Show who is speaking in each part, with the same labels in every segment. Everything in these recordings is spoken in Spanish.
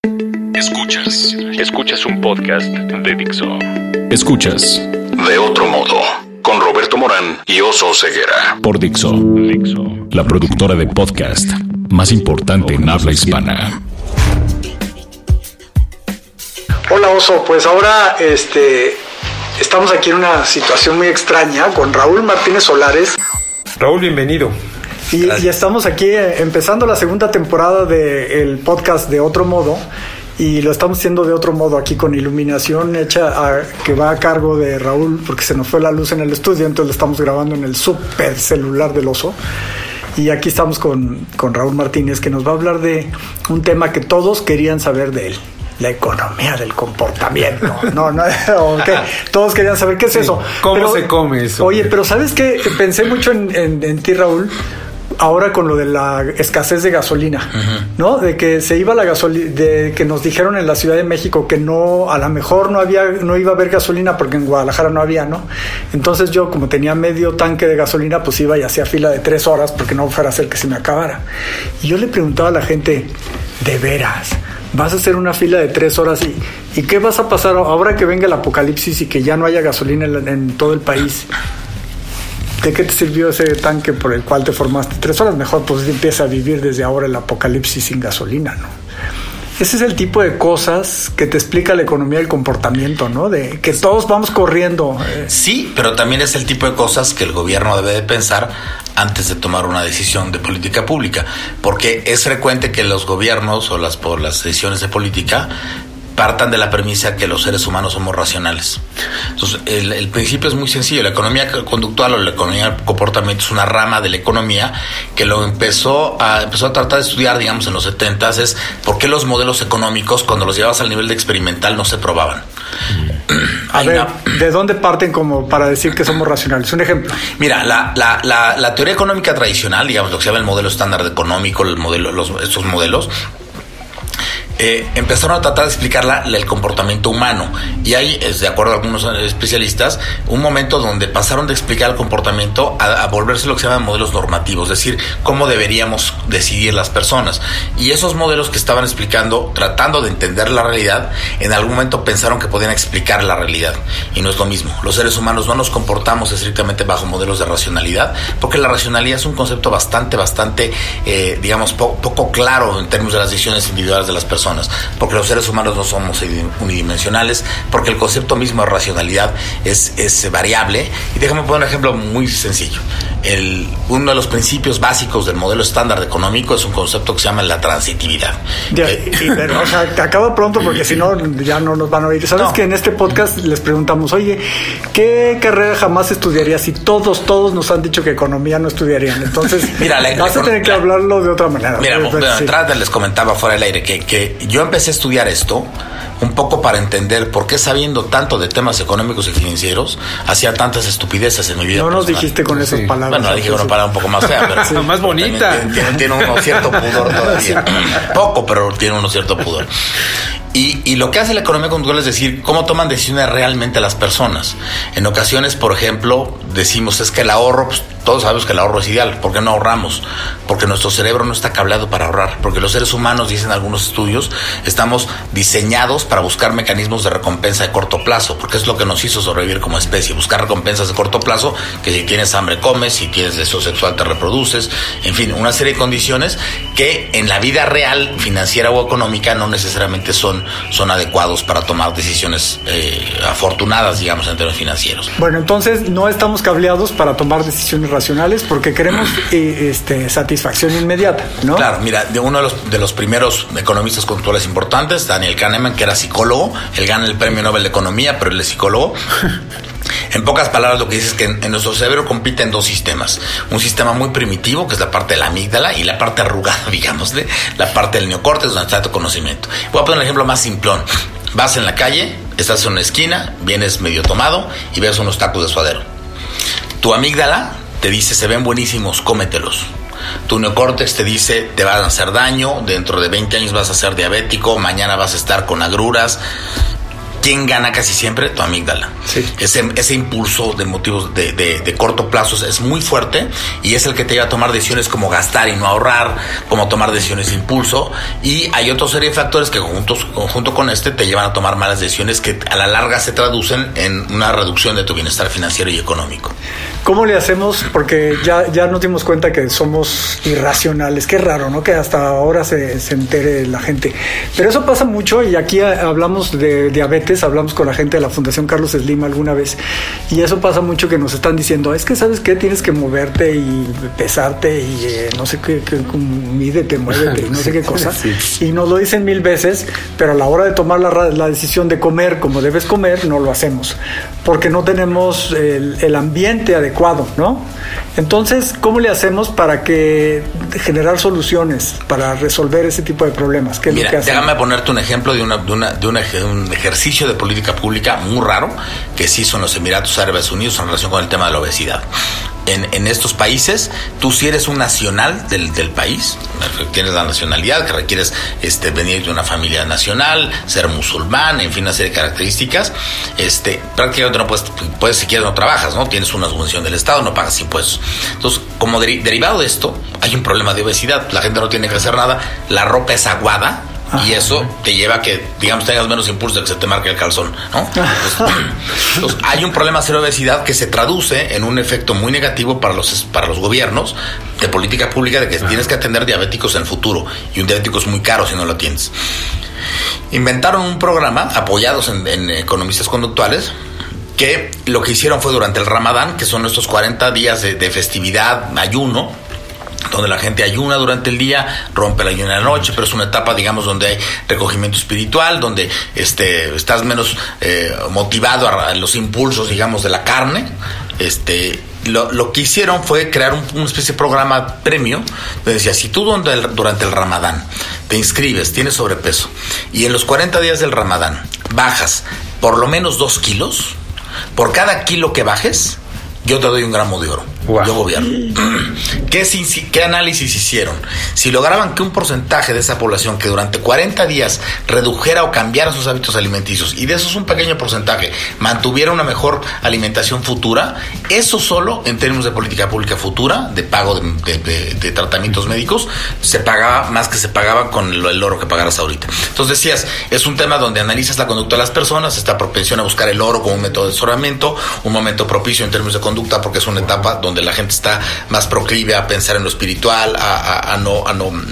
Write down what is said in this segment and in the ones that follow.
Speaker 1: Escuchas un podcast de Dixo.
Speaker 2: Escuchas
Speaker 3: De Otro Modo, con Roberto Morán y Oso Ceguera.
Speaker 2: por Dixo, la productora de podcast más importante en habla hispana.
Speaker 4: Hola Oso, pues ahora estamos aquí en una situación muy extraña con Raúl Martínez Solares.
Speaker 5: Raúl, bienvenido.
Speaker 4: Y estamos aquí empezando la segunda temporada del podcast De Otro Modo. Y lo estamos haciendo de otro modo aquí con iluminación que va a cargo de Raúl porque se nos fue la luz en el estudio, entonces lo estamos grabando en el super celular del Oso. Y aquí estamos con Raúl Martínez, que nos va a hablar de un tema que todos querían saber de él: la economía del comportamiento. Okay. Todos querían saber qué es eso.
Speaker 5: ¿Cómo se come eso?
Speaker 4: Oye, pero ¿sabes qué? Pensé mucho en ti, Raúl, ahora con lo de la escasez de gasolina, ¿no? De que se iba la gasolina, de que nos dijeron en la Ciudad de México que no, a lo mejor no iba a haber gasolina porque en Guadalajara no había, ¿no? Entonces yo, como tenía medio tanque de gasolina, pues iba y hacía fila de 3 horas porque no fuera a hacer que se me acabara. Y yo le preguntaba a la gente, ¿de veras vas a hacer una fila de 3 horas y qué vas a pasar ahora que venga el apocalipsis y que ya no haya gasolina en todo el país? ¿De qué te sirvió ese tanque por el cual te formaste 3 horas? Mejor pues empieza a vivir desde ahora el apocalipsis sin gasolina, ¿no? Ese es el tipo de cosas que te explica la economía del comportamiento, ¿no? De que todos vamos corriendo.
Speaker 6: Sí, pero también es el tipo de cosas que el gobierno debe de pensar antes de tomar una decisión de política pública, porque es frecuente que los gobiernos por las decisiones de política partan de la premisa que los seres humanos somos racionales. Entonces, el principio es muy sencillo. La economía conductual o la economía del comportamiento es una rama de la economía que lo empezó a tratar de estudiar, digamos, en los 70s, es por qué los modelos económicos, cuando los llevabas al nivel de experimental, no se probaban.
Speaker 4: A ver, ¿de dónde parten como para decir que somos racionales? Un ejemplo.
Speaker 6: Mira, la teoría económica tradicional, digamos, lo que se llama el modelo estándar económico, estos modelos, empezaron a tratar de explicar el comportamiento humano, y hay, de acuerdo a algunos especialistas, un momento donde pasaron de explicar el comportamiento a volverse lo que se llaman modelos normativos, es decir, cómo deberíamos decidir las personas. Y esos modelos que estaban explicando, tratando de entender la realidad, en algún momento pensaron que podían explicar la realidad, y no es lo mismo. Los seres humanos no nos comportamos estrictamente bajo modelos de racionalidad, porque la racionalidad es un concepto bastante digamos, poco claro en términos de las decisiones individuales de las personas, porque los seres humanos no somos unidimensionales, porque el concepto mismo de racionalidad es variable. Y déjame poner un ejemplo muy sencillo. Uno de los principios básicos del modelo estándar económico es un concepto que se llama la transitividad.
Speaker 4: Pero, o sea, te acabo pronto porque si no, ya no nos van a oír. ¿Sabes que en este podcast les preguntamos, oye, ¿qué carrera jamás estudiarías? Y todos nos han dicho que economía no estudiarían. Entonces,
Speaker 6: mira,
Speaker 4: vas a tener que hablarlo de otra manera.
Speaker 6: Mira, de entrada les comentaba fuera del aire que yo empecé a estudiar esto un poco para entender por qué, sabiendo tanto de temas económicos y financieros, hacía tantas estupideces en mi vida.
Speaker 4: No nos dijiste con esas palabras.
Speaker 6: Bueno, dije una palabra un poco más fea, pero
Speaker 5: sí, más bonita.
Speaker 6: Tiene uno cierto pudor todavía. Poco, pero tiene uno cierto pudor. Y lo que hace la economía conductual es decir, cómo toman decisiones realmente las personas. En ocasiones, por ejemplo, decimos, es que el ahorro, pues, todos sabemos que el ahorro es ideal. ¿Por qué no ahorramos? Porque nuestro cerebro no está cableado para ahorrar. Porque los seres humanos, dicen algunos estudios, estamos diseñados para buscar mecanismos de recompensa de corto plazo, porque es lo que nos hizo sobrevivir como especie, buscar recompensas de corto plazo, que si tienes hambre comes, si tienes deseo sexual te reproduces, en fin, una serie de condiciones que en la vida real, financiera o económica, no necesariamente son adecuados para tomar decisiones afortunadas, digamos, en términos financieros.
Speaker 4: Bueno, entonces no estamos cableados para tomar decisiones racionales porque queremos satisfacción inmediata, ¿no?
Speaker 6: Claro, mira, uno de los primeros economistas conductuales importantes, Daniel Kahneman, que era psicólogo, él gana el Premio Nobel de Economía, pero él es psicólogo. En pocas palabras, lo que dice es que en nuestro cerebro compiten dos sistemas. Un sistema muy primitivo, que es la parte de la amígdala, y la parte arrugada, digamos, la parte del neocórtex, donde está tu conocimiento. Voy a poner un ejemplo más simplón. Vas en la calle, estás en una esquina, vienes medio tomado y ves unos tacos de suadero. Tu amígdala te dice, se ven buenísimos, cómetelos. Tu neocórtex te dice, te van a hacer daño, dentro de 20 años vas a ser diabético, mañana vas a estar con agruras. ¿quién gana casi siempre? Tu amígdala.
Speaker 4: Sí.
Speaker 6: Ese impulso de motivos de corto plazo es muy fuerte y es el que te lleva a tomar decisiones como gastar y no ahorrar, como tomar decisiones de impulso. Y hay otra serie de factores que junto con te llevan a tomar malas decisiones que a la larga se traducen en una reducción de tu bienestar financiero y económico.
Speaker 4: ¿Cómo le hacemos? Porque ya nos dimos cuenta que somos irracionales. Qué raro, ¿no? Que hasta ahora se entere la gente. Pero eso pasa mucho y aquí hablamos de diabetes, hablamos con la gente de la Fundación Carlos Slim alguna vez y eso pasa mucho que nos están diciendo, es que ¿sabes qué? Tienes que moverte y pesarte y no sé qué, mídete, muévete, no sé qué cosa. Sí. Y nos lo dicen 1000 veces, pero a la hora de tomar la decisión de comer como debes comer, no lo hacemos. Porque no tenemos el ambiente adecuado, ¿no? Entonces, ¿cómo le hacemos para generar soluciones para resolver ese tipo de problemas? ¿Qué es lo que hacemos?
Speaker 6: Déjame ponerte un ejemplo de un ejercicio de política pública muy raro que se hizo en los Emiratos Árabes Unidos en relación con el tema de la obesidad. En estos países, tú si eres un nacional del país, tienes la nacionalidad que requieres venir de una familia nacional, ser musulmán, en fin, una serie de características, prácticamente no puedes si quieres no trabajas, ¿no? Tienes una subvención del Estado, no pagas impuestos. Entonces, como derivado de esto, hay un problema de obesidad, la gente no tiene que hacer nada, la ropa es aguada, y eso te lleva a que, digamos, tengas menos impulso de que se te marque el calzón, ¿no? Entonces, hay un problema serio de obesidad que se traduce en un efecto muy negativo para los gobiernos de política pública de que tienes que atender diabéticos en el futuro y un diabético es muy caro si no lo atiendes. Inventaron un programa apoyados en economistas conductuales que lo que hicieron fue durante el Ramadán, que son estos 40 días de festividad, ayuno, donde la gente ayuna durante el día, rompe el ayuno en la noche, pero es una etapa, digamos, donde hay recogimiento espiritual, donde estás menos motivado a los impulsos, digamos, de la carne. Lo que hicieron fue crear una especie de programa premio, donde decía, si tú durante el Ramadán te inscribes, tienes sobrepeso, y en los 40 días del Ramadán bajas por lo menos 2 kilos, por cada kilo que bajes, yo te doy 1 gramo de oro. Wow. Yo gobierno. ¿Qué análisis hicieron? Si lograban que un porcentaje de esa población que durante 40 días redujera o cambiara sus hábitos alimenticios y de esos un pequeño porcentaje mantuviera una mejor alimentación futura, eso solo en términos de política pública futura, de pago de tratamientos médicos, se pagaba más que se pagaba con el oro que pagaras ahorita. Entonces decías, es un tema donde analizas la conducta de las personas, esta propensión a buscar el oro como un método de asesoramiento, un momento propicio en términos de conducta porque es una etapa donde la gente está más proclive a pensar en lo espiritual, a no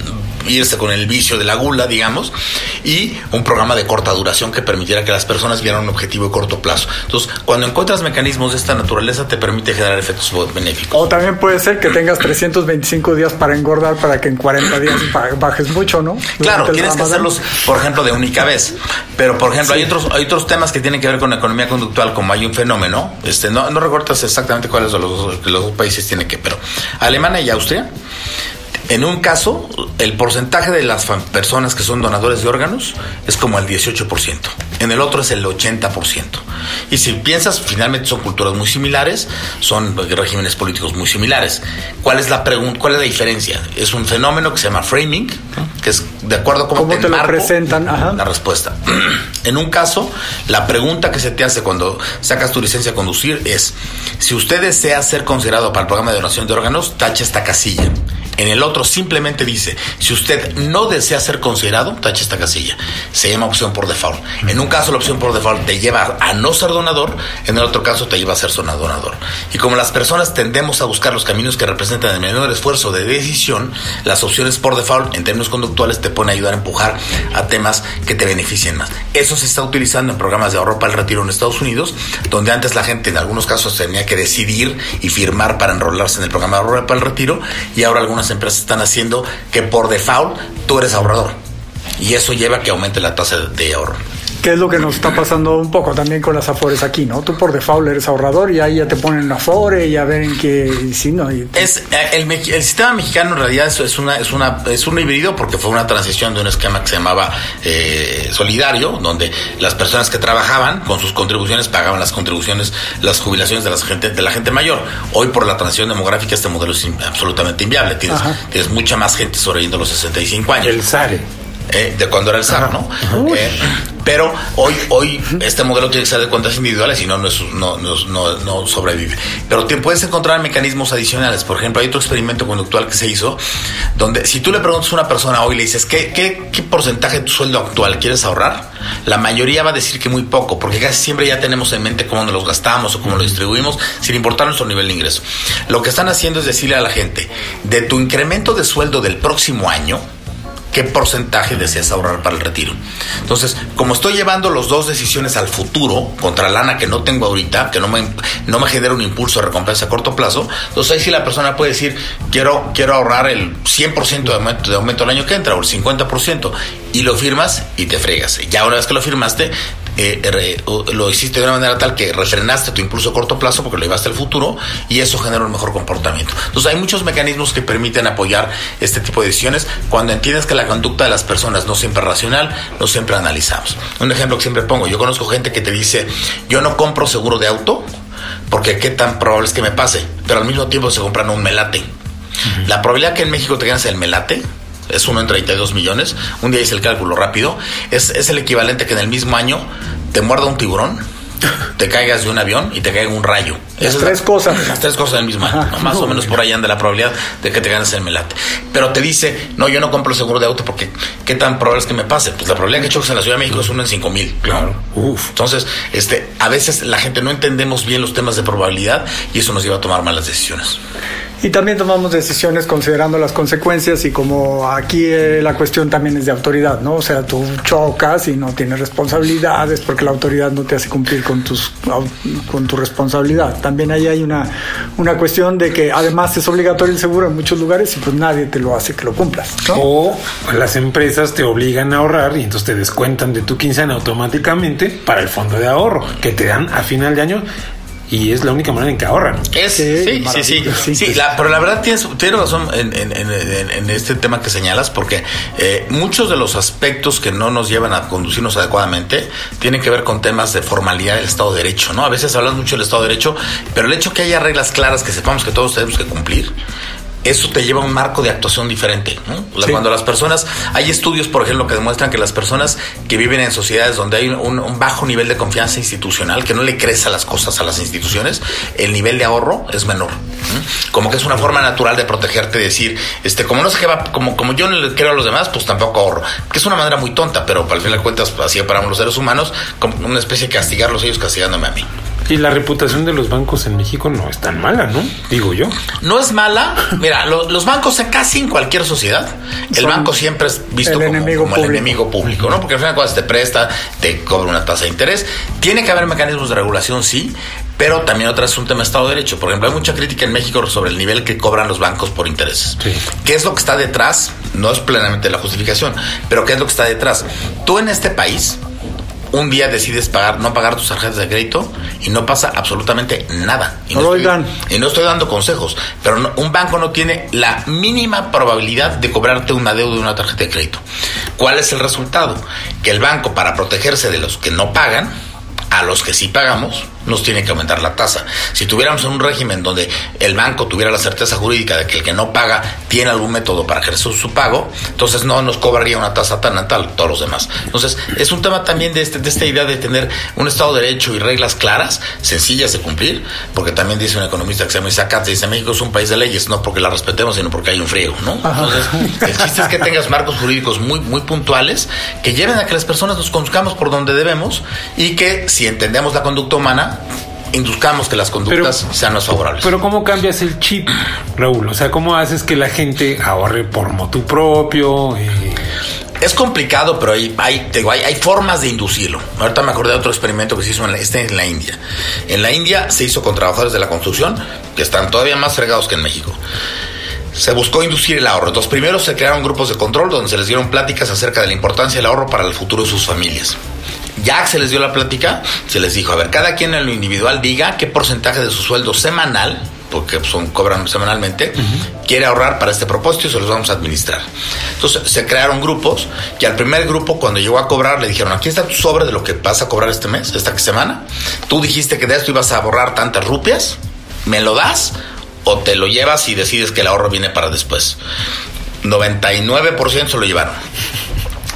Speaker 6: irse con el vicio de la gula, digamos, y un programa de corta duración que permitiera que las personas vieran un objetivo de corto plazo. Entonces, cuando encuentras mecanismos de esta naturaleza, te permite generar efectos benéficos.
Speaker 4: O también puede ser que tengas 325 días para engordar para que en 40 días bajes mucho, ¿no?
Speaker 6: Claro, tienes que hacerlos, por ejemplo, de única vez. Pero, por ejemplo, sí, hay otros temas que tienen que ver con la economía conductual, como hay un fenómeno, no recuerdas exactamente cuáles de los dos países tiene que, pero Alemania y Austria, en un caso, el porcentaje de las personas que son donadores de órganos es como el 18%. En el otro es el 80%. Y si piensas, finalmente son culturas muy similares, son regímenes políticos muy similares. ¿Cuál es la diferencia? Es un fenómeno que se llama framing, ¿no? Que es de acuerdo a cómo te
Speaker 4: lo presentan. Ajá.
Speaker 6: La respuesta. En un caso, la pregunta que se te hace cuando sacas tu licencia a conducir es: si usted desea ser considerado para el programa de donación de órganos, tache esta casilla. En el otro simplemente dice, si usted no desea ser considerado, tache esta casilla. Se llama opción por default. En un caso la opción por default te lleva a no ser donador, en el otro caso te lleva a ser donador. Y como las personas tendemos a buscar los caminos que representan el menor esfuerzo de decisión, las opciones por default en términos conductuales te pueden ayudar a empujar a temas que te beneficien más. Eso se está utilizando en programas de ahorro para el retiro en Estados Unidos, donde antes la gente en algunos casos tenía que decidir y firmar para enrolarse en el programa de ahorro para el retiro, y ahora algunas empresas están haciendo que por default tú eres ahorrador y eso lleva a que aumente la tasa de ahorro.
Speaker 4: ¿Qué es lo que nos está pasando un poco también con las afores aquí, no? Tú por default eres ahorrador y ahí ya te ponen una afore y ya ven que sí, no. El
Speaker 6: sistema mexicano en realidad es un híbrido, porque fue una transición de un esquema que se llamaba solidario, donde las personas que trabajaban con sus contribuciones pagaban las contribuciones, las jubilaciones de la gente mayor. Hoy por la transición demográfica este modelo es absolutamente inviable. Tienes mucha más gente sobreviviendo a los 65 años.
Speaker 5: El SARE.
Speaker 6: de cuando era el SAR, ¿no? Pero hoy este modelo tiene que ser de cuentas individuales y no sobrevive. Pero te puedes encontrar mecanismos adicionales. Por ejemplo, hay otro experimento conductual que se hizo donde si tú le preguntas a una persona hoy y le dices ¿qué porcentaje de tu sueldo actual quieres ahorrar? La mayoría va a decir que muy poco, porque casi siempre ya tenemos en mente cómo nos los gastamos o cómo lo distribuimos sin importar nuestro nivel de ingreso. Lo que están haciendo es decirle a la gente, de tu incremento de sueldo del próximo año, ¿qué porcentaje deseas ahorrar para el retiro? Entonces, como estoy llevando las dos decisiones al futuro, contra lana que no tengo ahorita, que no me genera un impulso de recompensa a corto plazo, entonces ahí sí la persona puede decir, quiero ahorrar el 100% de aumento el año que entra, o el 50%, y lo firmas y te fregas. Ya una vez que lo firmaste, lo hiciste de una manera tal que refrenaste tu impulso a corto plazo porque lo llevaste al futuro y eso genera un mejor comportamiento. Entonces hay muchos mecanismos que permiten apoyar este tipo de decisiones cuando entiendes que la conducta de las personas no siempre es racional, no siempre analizamos. Un ejemplo que siempre pongo, yo conozco gente que te dice, yo no compro seguro de auto porque qué tan probable es que me pase, pero al mismo tiempo se compran un melate. La probabilidad que en México te ganes el melate es 1 en 32 millones. Un día hice el cálculo rápido. Es el equivalente que en el mismo año te muerda un tiburón, te caigas de un avión y te caiga un rayo.
Speaker 4: Las tres cosas
Speaker 6: en el mismo año. Más o menos por ahí anda la probabilidad de que te ganes el melate. Pero te dice, no, yo no compro seguro de auto porque ¿qué tan probable es que me pase? Pues la probabilidad que choques en la Ciudad de México es 1 en 5,000.
Speaker 5: Claro.
Speaker 6: Entonces, a veces la gente no entendemos bien los temas de probabilidad y eso nos lleva a tomar malas decisiones.
Speaker 4: Y también tomamos decisiones considerando las consecuencias y como aquí la cuestión también es de autoridad, ¿no? O sea, tú chocas y no tienes responsabilidades porque la autoridad no te hace cumplir con tu responsabilidad. También ahí hay una cuestión de que además es obligatorio el seguro en muchos lugares y pues nadie te lo hace que lo cumplas, ¿no?
Speaker 5: O las empresas te obligan a ahorrar y entonces te descuentan de tu quincena automáticamente para el fondo de ahorro que te dan a final de año. Y es la única manera en que ahorran.
Speaker 6: Sí. Pero la verdad tienes razón en este tema que señalas, porque muchos de los aspectos que no nos llevan a conducirnos adecuadamente tienen que ver con temas de formalidad del Estado de Derecho, ¿no? A veces hablamos mucho del Estado de Derecho, pero el hecho que haya reglas claras que sepamos que todos tenemos que cumplir, eso te lleva a un marco de actuación diferente, ¿no? Cuando las personas, hay estudios, por ejemplo, que demuestran que las personas que viven en sociedades donde hay un bajo nivel de confianza institucional, que no le crees a las cosas, a las instituciones, el nivel de ahorro es menor. Como que es una forma natural de protegerte, decir, como no sé qué va, como yo no le creo a los demás, pues tampoco ahorro. Que es una manera muy tonta, pero al fin de cuentas así operamos los seres humanos, como una especie de castigarlos ellos castigándome a mí.
Speaker 5: Y la reputación de los bancos en México no es tan mala, ¿no? Digo yo.
Speaker 6: No es mala. Mira, los bancos casi en cualquier sociedad, el banco siempre es visto como el enemigo público, ¿no? Porque al final cuando te presta, te cobra una tasa de interés. Tiene que haber mecanismos de regulación, sí, pero también otra es un tema de Estado de Derecho. Por ejemplo, hay mucha crítica en México sobre el nivel que cobran los bancos por intereses. Sí. ¿Qué es lo que está detrás? No es plenamente la justificación, pero ¿qué es lo que está detrás? Tú en este país un día decides no pagar tus tarjetas de crédito y no pasa absolutamente nada. Y no estoy dando consejos, pero un banco no tiene la mínima probabilidad de cobrarte una deuda de una tarjeta de crédito. ¿Cuál es el resultado? Que el banco, para protegerse de los que no pagan, a los que sí pagamos, nos tiene que aumentar la tasa. Si tuviéramos un régimen donde el banco tuviera la certeza jurídica de que el que no paga tiene algún método para ejercer su pago, entonces no nos cobraría una tasa tan alta a todos los demás. Entonces es un tema también de esta idea de tener un Estado de Derecho y reglas claras, sencillas de cumplir, porque también dice un economista que se llama Isaac Katz, dice, México es un país de leyes, no porque las respetemos, sino porque hay un friego, ¿no? Entonces el chiste es que tengas marcos jurídicos muy, muy puntuales que lleven a que las personas nos conduzcamos por donde debemos y que si entendemos la conducta humana, induzcamos que las conductas sean más favorables.
Speaker 5: Pero ¿cómo cambias el chip, Raúl? O sea, ¿cómo haces que la gente ahorre por motu propio?
Speaker 6: Es complicado, pero hay formas de inducirlo. Ahorita me acordé de otro experimento que se hizo en la India. En la India se hizo con trabajadores de la construcción que están todavía más fregados que en México. Se buscó inducir el ahorro. Entonces, primero se crearon grupos de control donde se les dieron pláticas acerca de la importancia del ahorro para el futuro de sus familias. Ya que se les dio la plática, se les dijo, a ver, cada quien en lo individual diga qué porcentaje de su sueldo semanal, porque cobran semanalmente, quiere ahorrar para este propósito y se los vamos a administrar. Entonces se crearon grupos que al primer grupo, cuando llegó a cobrar, le dijeron, aquí está tu sobre de lo que vas a cobrar este mes, esta semana. Tú dijiste que de esto ibas a ahorrar tantas rupias, ¿me lo das? O te lo llevas y decides que el ahorro viene para después. 99% se lo llevaron.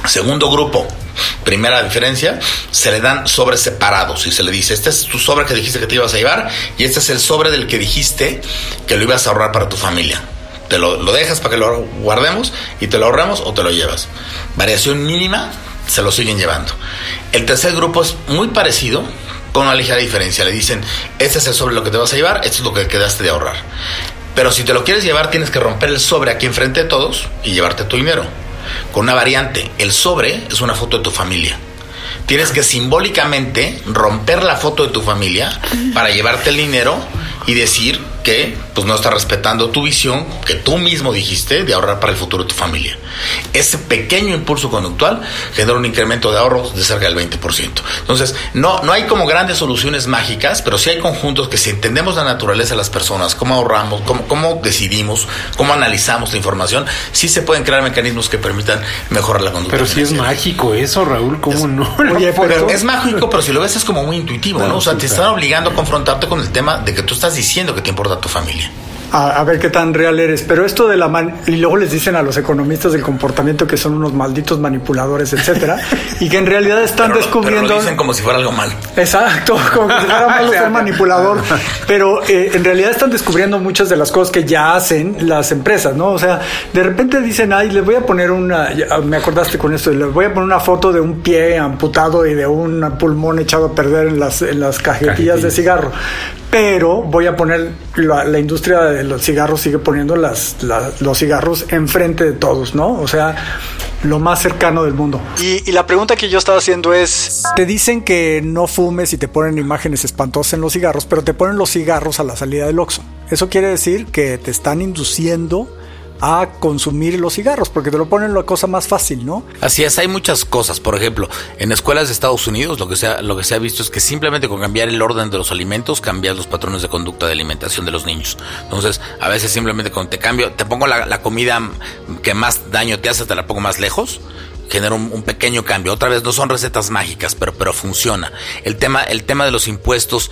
Speaker 6: Segundo grupo, primera diferencia, se le dan sobres separados y se le dice, este es tu sobre que dijiste que te ibas a llevar y este es el sobre del que dijiste que lo ibas a ahorrar para tu familia. Te lo dejas para que lo guardemos y te lo ahorramos o te lo llevas. Variación mínima, se lo siguen llevando. El tercer grupo es muy parecido, con una ligera diferencia. Le dicen, este es el sobre lo que te vas a llevar, esto es lo que quedaste de ahorrar. Pero si te lo quieres llevar, tienes que romper el sobre aquí enfrente de todos y llevarte tu dinero. Con una variante, el sobre es una foto de tu familia. Tienes que simbólicamente romper la foto de tu familia para llevarte el dinero y decir que pues no estás respetando tu visión que tú mismo dijiste de ahorrar para el futuro de tu familia. Ese pequeño impulso conductual genera un incremento de ahorros de cerca del 20%. Entonces, no hay como grandes soluciones mágicas, pero sí hay conjuntos que si entendemos la naturaleza de las personas, cómo ahorramos, cómo decidimos, cómo analizamos la información, sí se pueden crear mecanismos que permitan mejorar la conducta.
Speaker 5: Pero si es mágico eso, Raúl, ¿cómo no?
Speaker 4: Oye, pero
Speaker 6: es mágico, pero si lo ves es como muy intuitivo, ¿no? O sea, te están obligando a confrontarte con el tema de que tú estás diciendo que te importa tu familia.
Speaker 4: A ver qué tan real eres. Pero esto de y luego les dicen a los economistas del comportamiento que son unos malditos manipuladores, etcétera, y que en realidad están descubriendo.
Speaker 6: Pero lo dicen como si fuera algo mal.
Speaker 4: Exacto, como si fuera malo ser manipulador. Pero en realidad están descubriendo muchas de las cosas que ya hacen las empresas, ¿no? O sea, de repente dicen, ay, les voy a poner me acordaste con esto, les voy a poner una foto de un pie amputado y de un pulmón echado a perder en las cajetillas de cigarro. Pero voy a poner, la industria de los cigarros sigue poniendo los cigarros enfrente de todos, ¿no? O sea, lo más cercano del mundo. Y la pregunta que yo estaba haciendo es, te dicen que no fumes y te ponen imágenes espantosas en los cigarros, pero te ponen los cigarros a la salida del Oxxo. Eso quiere decir que te están induciendo a consumir los cigarros, porque te lo ponen la cosa más fácil, ¿no?
Speaker 6: Así es, hay muchas cosas. Por ejemplo, en escuelas de Estados Unidos lo que se ha visto es que simplemente con cambiar el orden de los alimentos cambias los patrones de conducta de alimentación de los niños. Entonces, a veces simplemente cuando te pongo la comida que más daño te hace, te la pongo más lejos, genera un pequeño cambio. Otra vez, no son recetas mágicas, pero funciona. El tema de los impuestos,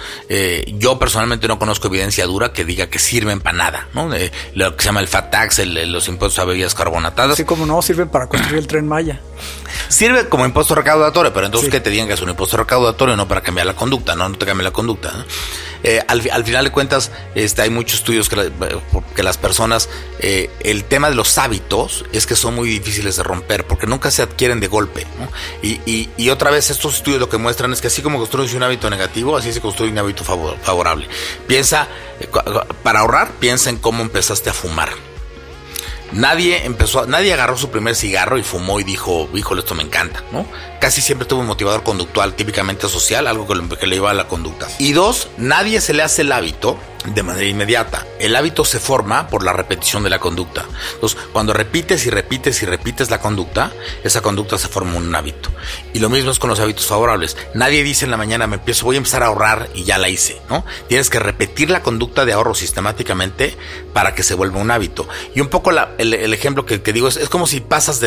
Speaker 6: yo personalmente no conozco evidencia dura que diga que sirven para nada, ¿no? Lo que se llama el fat tax, los impuestos a bebidas carbonatadas.
Speaker 4: Así como no, sirven para construir el Tren Maya.
Speaker 6: Sirve como impuesto recaudatorio, pero entonces que te digan que es un impuesto recaudatorio, no para cambiar la conducta, no te cambia la conducta, ¿no? Al final de cuentas, hay muchos estudios que las personas, el tema de los hábitos es que son muy difíciles de romper, porque nunca se adquieren de golpe, ¿no? Y otra vez estos estudios lo que muestran es que así como construyes un hábito negativo, así se construye un hábito favorable. Para ahorrar, piensa en cómo empezaste a fumar. Nadie agarró su primer cigarro y fumó y dijo, híjole, esto me encanta, ¿no? Casi siempre tuvo un motivador conductual típicamente social, algo que le lleva a la conducta. Y dos, nadie se le hace el hábito de manera inmediata. El hábito se forma por la repetición de la conducta. Entonces, cuando repites y repites y repites la conducta, esa conducta se forma un hábito. Y lo mismo es con los hábitos favorables. Nadie dice en la mañana, voy a empezar a ahorrar y ya la hice, ¿no? Tienes que repetir la conducta de ahorro sistemáticamente para que se vuelva un hábito. Y un poco el ejemplo que digo es como si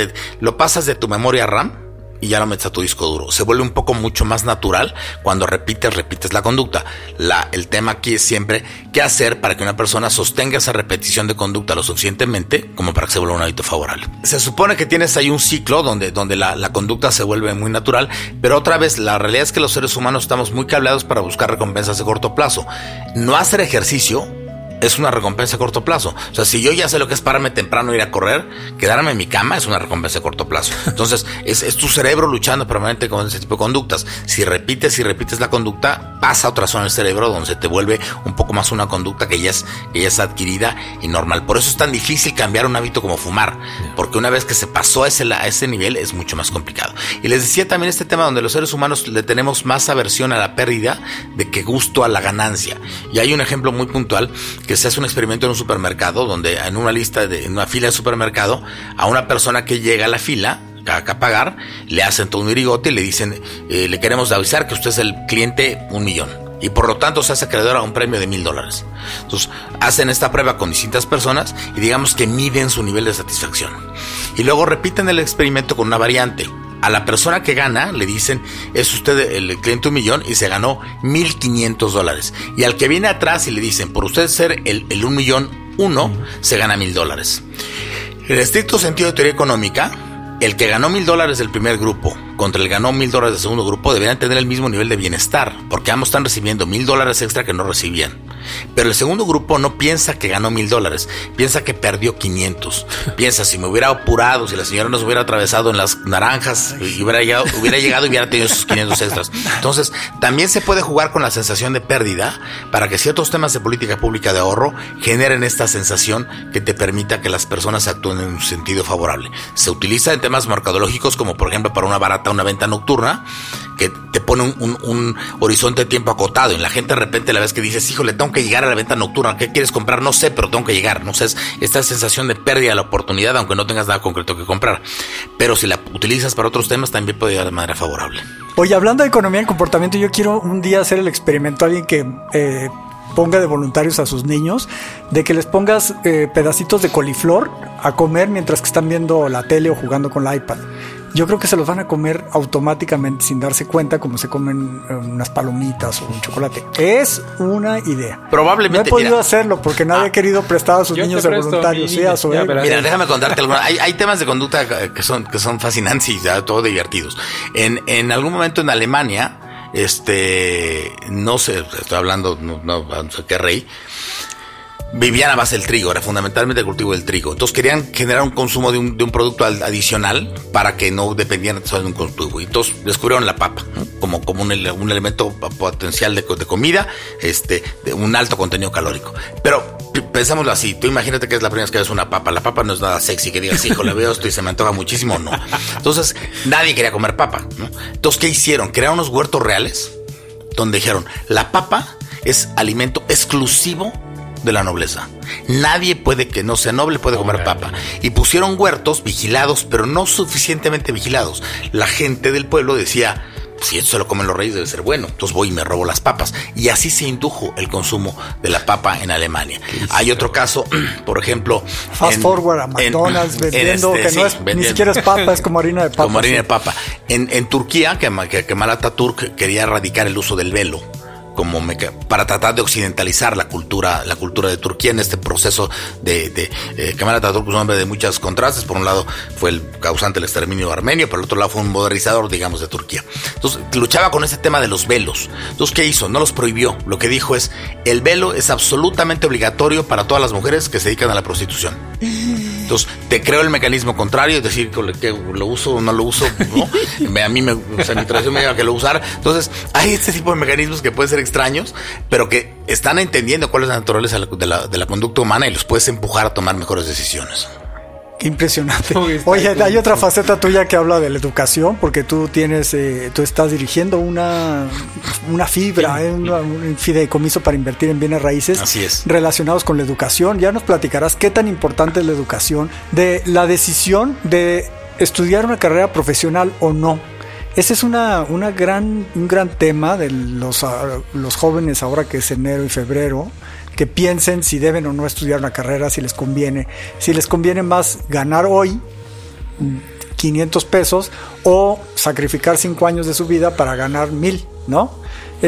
Speaker 6: lo pasas de tu memoria RAM y ya lo metes a tu disco duro. Se vuelve un poco mucho más natural cuando repites la conducta. El tema aquí es siempre qué hacer para que una persona sostenga esa repetición de conducta lo suficientemente como para que se vuelva un hábito favorable. Se supone que tienes ahí un ciclo donde la conducta se vuelve muy natural, pero otra vez la realidad es que los seres humanos estamos muy cableados para buscar recompensas de corto plazo. No hacer ejercicio es una recompensa a corto plazo. O sea, si yo ya sé lo que es pararme temprano e ir a correr, quedarme en mi cama es una recompensa a corto plazo. Entonces, es tu cerebro luchando permanentemente con ese tipo de conductas. Si repites la conducta, pasa a otra zona del cerebro donde se te vuelve un poco más una conducta que ya es adquirida y normal. Por eso es tan difícil cambiar un hábito como fumar, porque una vez que se pasó a ese nivel es mucho más complicado. Y les decía también este tema donde los seres humanos le tenemos más aversión a la pérdida de que gusto a la ganancia. Y hay un ejemplo muy puntual que se hace un experimento en un supermercado donde en una fila de supermercado a una persona que llega a la fila a pagar le hacen todo un irigote y le dicen le queremos avisar que usted es el cliente 1,000,000 y por lo tanto se hace acreedor a un premio de $1,000. Entonces hacen esta prueba con distintas personas y digamos que miden su nivel de satisfacción y luego repiten el experimento con una variante. A la persona que gana le dicen, es usted el cliente 1,000,000 y se ganó $1,500. Y al que viene atrás y le dicen, por usted ser el 1,000,001, se gana $1,000. En el estricto sentido de teoría económica, el que ganó $1,000 del primer grupo contra el que ganó $1,000 del segundo grupo deberían tener el mismo nivel de bienestar, porque ambos están recibiendo $1,000 extra que no recibían. Pero el segundo grupo no piensa que ganó $1,000, piensa que perdió 500. Piensa, si me hubiera apurado, si la señora nos hubiera atravesado en las naranjas y hubiera llegado y hubiera tenido esos 500 extras. Entonces, también se puede jugar con la sensación de pérdida para que ciertos temas de política pública de ahorro generen esta sensación que te permita que las personas actúen en un sentido favorable. Se utiliza en temas mercadológicos, como por ejemplo para una venta nocturna, que te pone un horizonte de tiempo acotado, y la gente de repente la vez que dices, híjole, tengo que llegar a la venta nocturna, ¿qué quieres comprar? No sé, pero tengo que llegar. No sé, es esta sensación de pérdida de la oportunidad, aunque no tengas nada concreto que comprar. Pero si la utilizas para otros temas, también puede llegar de manera favorable.
Speaker 4: Oye, hablando de economía y comportamiento, yo quiero un día hacer el experimento, alguien que ponga de voluntarios a sus niños, de que les pongas pedacitos de coliflor a comer mientras que están viendo la tele o jugando con la iPad. Yo creo que se los van a comer automáticamente sin darse cuenta, como se comen unas palomitas o un chocolate. Es una idea.
Speaker 6: Probablemente.
Speaker 4: No he podido hacerlo porque nadie ha querido prestar a sus niños de voluntarios. Sí, a su
Speaker 6: Mira, déjame contarte alguna. Hay temas de conducta que son fascinantes y ya todo divertidos. En algún momento en Alemania, no sé, estoy hablando, no sé qué rey, vivían a base del trigo, era fundamentalmente el cultivo del trigo. Entonces querían generar un consumo de un producto adicional para que no dependieran solo de un cultivo. Y entonces descubrieron la papa, ¿no? como un elemento potencial de comida, de un alto contenido calórico. Pero pensámoslo así, tú imagínate que es la primera vez que ves una papa. La papa no es nada sexy, que digas, hijo, le veo esto y se me antoja muchísimo, no. Entonces nadie quería comer papa, ¿no? Entonces, ¿qué hicieron? Crearon unos huertos reales donde dijeron, la papa es alimento exclusivo de la nobleza. Nadie que no sea noble puede comer papa. Y pusieron huertos vigilados, pero no suficientemente vigilados. La gente del pueblo decía, si esto se lo comen los reyes debe ser bueno, entonces voy y me robo las papas. Y así se indujo el consumo de la papa en Alemania. Hay otro caso, por ejemplo,
Speaker 4: Fast Forward a McDonald's vendiendo que no es, ni siquiera es papa, es como harina de papa.
Speaker 6: Como harina de papa. En Turquía, Kemal Atatürk quería erradicar el uso del velo para tratar de occidentalizar la cultura de Turquía en este proceso de Kemal Atatürk, un hombre de muchos contrastes. Por un lado fue el causante del exterminio armenio, por el otro lado fue un modernizador, digamos, de Turquía. Entonces luchaba con ese tema de los velos. Entonces, ¿qué hizo? No los prohibió. Lo que dijo es, el velo es absolutamente obligatorio para todas las mujeres que se dedican a la prostitución. Entonces, te creo el mecanismo contrario, es decir, que lo uso o no lo uso, ¿no? A mí mi tradición me diga que lo usara. Entonces, hay este tipo de mecanismos que pueden ser extraños, pero que están entendiendo cuál es la naturaleza de la conducta humana y los puedes empujar a tomar mejores decisiones.
Speaker 4: Qué impresionante. Oye, hay otra faceta tuya que habla de la educación, porque tú estás dirigiendo una fibra, un fideicomiso para invertir en bienes raíces.
Speaker 6: Así es. Relacionados
Speaker 4: con la educación. Ya nos platicarás qué tan importante es la educación, de la decisión de estudiar una carrera profesional o no. Ese es un gran tema de los jóvenes ahora que es enero y febrero, que piensen si deben o no estudiar una carrera, si les conviene más ganar hoy 500 pesos o sacrificar 5 años de su vida para ganar 1,000, ¿no?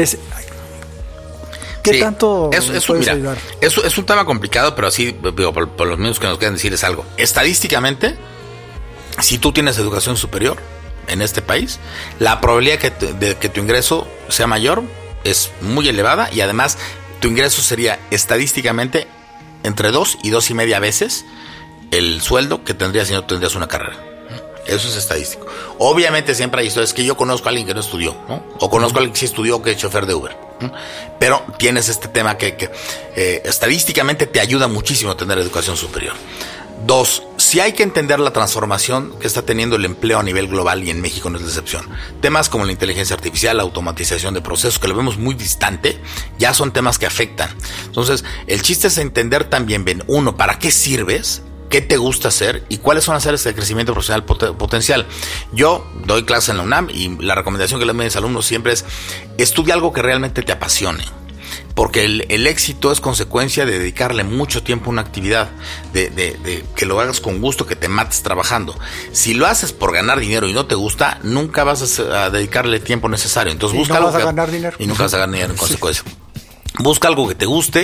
Speaker 4: ¿Qué tanto puedes ayudar?
Speaker 6: Es un tema complicado, pero así, por los minutos que nos quedan decirles algo. Estadísticamente, si tú tienes educación superior en este país, la probabilidad de que tu ingreso sea mayor es muy elevada, y además tu ingreso sería estadísticamente entre 2 y 2.5 veces el sueldo que tendrías si no tendrías una carrera. Eso es estadístico. Obviamente siempre hay historias, que yo conozco a alguien que no estudió, ¿no? O conozco a alguien que sí estudió, que es chofer de Uber, ¿no? Pero tienes este tema que estadísticamente te ayuda muchísimo a tener educación superior. 2, sí hay que entender la transformación que está teniendo el empleo a nivel global, y en México no es la excepción. Temas como la inteligencia artificial, la automatización de procesos, que lo vemos muy distante, ya son temas que afectan. Entonces, el chiste es entender también, uno, ¿para qué sirves? ¿Qué te gusta hacer? ¿Y cuáles son las áreas de crecimiento profesional potencial? Yo doy clases en la UNAM, y la recomendación que le doy a mis alumnos siempre es, estudia algo que realmente te apasione. Porque el éxito es consecuencia de dedicarle mucho tiempo a una actividad, de que lo hagas con gusto, que te mates trabajando. Si lo haces por ganar dinero y no te gusta, nunca vas a dedicarle el tiempo necesario. Entonces busca algo
Speaker 4: a ganar dinero.
Speaker 6: Y nunca vas a ganar dinero en consecuencia. Busca algo que te guste,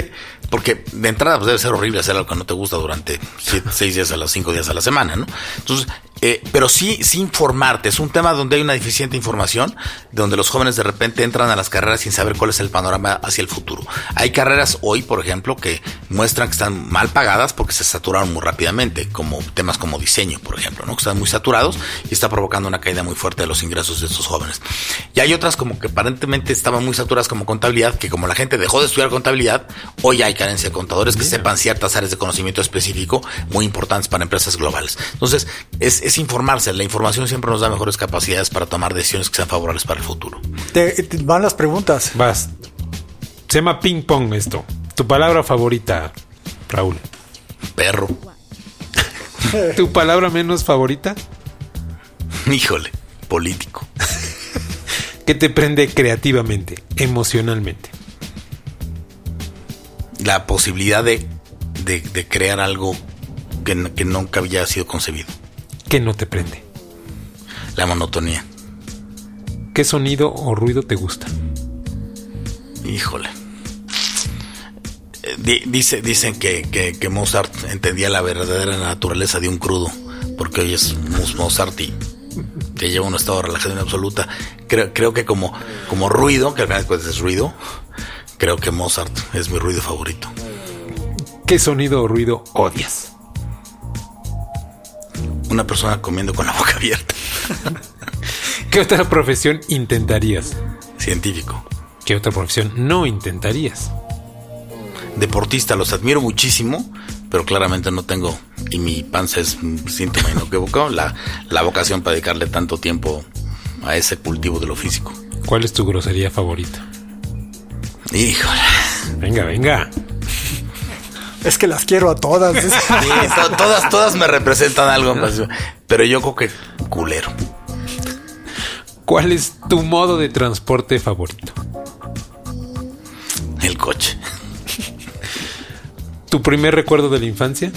Speaker 6: Porque de entrada pues, debe ser horrible hacer algo que no te gusta durante 6 días a los 5 días a la semana, ¿no? Entonces, pero sí informarte. Es un tema donde hay una deficiente información, donde los jóvenes de repente entran a las carreras sin saber cuál es el panorama hacia el futuro. Hay carreras hoy, por ejemplo, que muestran que están mal pagadas porque se saturaron muy rápidamente, como temas como diseño, por ejemplo, ¿no? Que están muy saturados y está provocando una caída muy fuerte de los ingresos de estos jóvenes. Y hay otras como que aparentemente estaban muy saturadas como contabilidad, que como la gente dejó de estudiar contabilidad, hoy hay carencia de contadores que sepan ciertas áreas de conocimiento específico muy importantes para empresas globales. Entonces, es informarse. La información siempre nos da mejores capacidades para tomar decisiones que sean favorables para el futuro.
Speaker 4: Van las preguntas.
Speaker 5: Vas. Se llama ping pong esto. Tu palabra favorita, Raúl.
Speaker 6: Perro.
Speaker 5: ¿Tu palabra menos favorita?
Speaker 6: Híjole, político.
Speaker 5: ¿Qué te prende creativamente, emocionalmente?
Speaker 6: La posibilidad de crear algo que nunca había sido concebido.
Speaker 5: ¿Qué no te prende?
Speaker 6: La monotonía.
Speaker 5: ¿Qué sonido o ruido te gusta?
Speaker 6: Híjole. Dicen que Mozart entendía la verdadera naturaleza de un crudo, porque hoy es Mozart y te lleva a un estado de relajación absoluta. Creo que como ruido, que al final de cuentas es ruido, creo que Mozart es mi ruido favorito.
Speaker 5: ¿Qué sonido o ruido odias?
Speaker 6: Una persona comiendo con la boca abierta.
Speaker 5: ¿Qué otra profesión intentarías?
Speaker 6: Científico.
Speaker 5: ¿Qué otra profesión no intentarías?
Speaker 6: Deportista, los admiro muchísimo, pero claramente no tengo, y mi panza es un síntoma inequívoco, la vocación para dedicarle tanto tiempo a ese cultivo de lo físico.
Speaker 5: ¿Cuál es tu grosería favorita?
Speaker 6: Híjole.
Speaker 5: Venga.
Speaker 4: Es que las quiero a todas.
Speaker 6: Sí, todas me representan algo más, pero yo creo que culero.
Speaker 5: ¿Cuál es tu modo de transporte favorito?
Speaker 6: El coche.
Speaker 5: ¿Tu primer recuerdo de la infancia?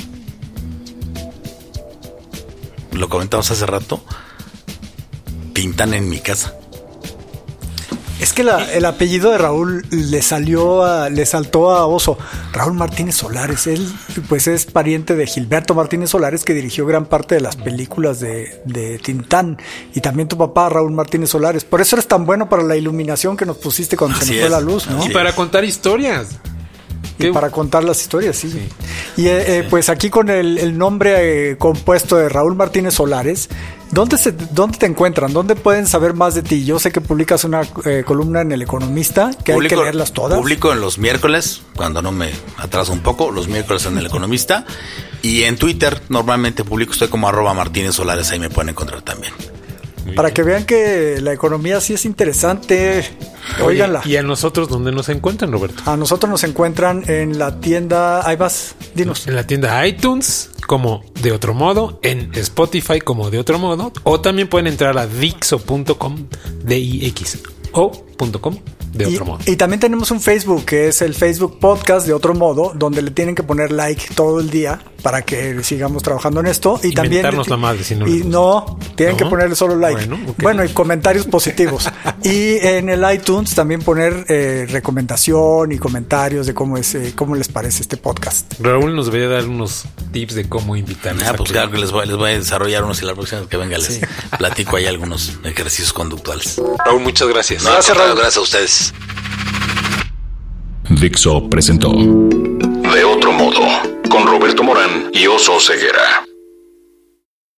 Speaker 6: Lo comentamos hace rato. Tintán en mi casa.
Speaker 4: Es que el apellido de Raúl le saltó a Oso. Raúl Martínez Solares, él pues es pariente de Gilberto Martínez Solares, que dirigió gran parte de las películas de Tintán, y también tu papá, Raúl Martínez Solares. Por eso eres tan bueno para la iluminación que nos pusiste cuando se nos fue la luz, ¿no?
Speaker 5: Y para contar historias.
Speaker 4: Y para contar las historias, sí. Y pues aquí con el nombre compuesto de Raúl Martínez Solares, ¿dónde te encuentran? ¿Dónde pueden saber más de ti? Yo sé que publicas una columna en El Economista, que hay que leerlas todas.
Speaker 6: Publico en los miércoles, cuando no me atraso un poco, los miércoles en El Economista. Y en Twitter normalmente publico, estoy como @Martínez Solares, ahí me pueden encontrar también.
Speaker 4: Para que vean que la economía sí es interesante. Óiganla.
Speaker 5: ¿Y a nosotros dónde nos encuentran, Roberto?
Speaker 4: A nosotros nos encuentran en la tienda. Ahí vas, dinos.
Speaker 5: En la tienda iTunes, como De Otro Modo, en Spotify, como De Otro Modo, o también pueden entrar a Dixo.com, DIXO.com, De Otro Modo.
Speaker 4: Y también tenemos un Facebook, que es el Facebook Podcast De Otro Modo, donde le tienen que poner like todo el día para que sigamos trabajando en esto. Y también
Speaker 5: la madre, si no.
Speaker 4: Y no, tienen que ponerle solo like. Bueno, y comentarios positivos. Y en el iTunes también poner recomendación y comentarios de cómo les parece este podcast.
Speaker 5: Raúl nos voy a dar unos tips de cómo invitarnos.
Speaker 6: Pues claro que les voy a desarrollar unos, y la próxima vez que venga les platico ahí algunos ejercicios conductuales.
Speaker 5: Raúl, muchas gracias.
Speaker 6: No, gracias, Raúl. Gracias a ustedes.
Speaker 2: Dixo presentó
Speaker 3: De Otro Modo, con Roberto Morán y Oso Ceguera.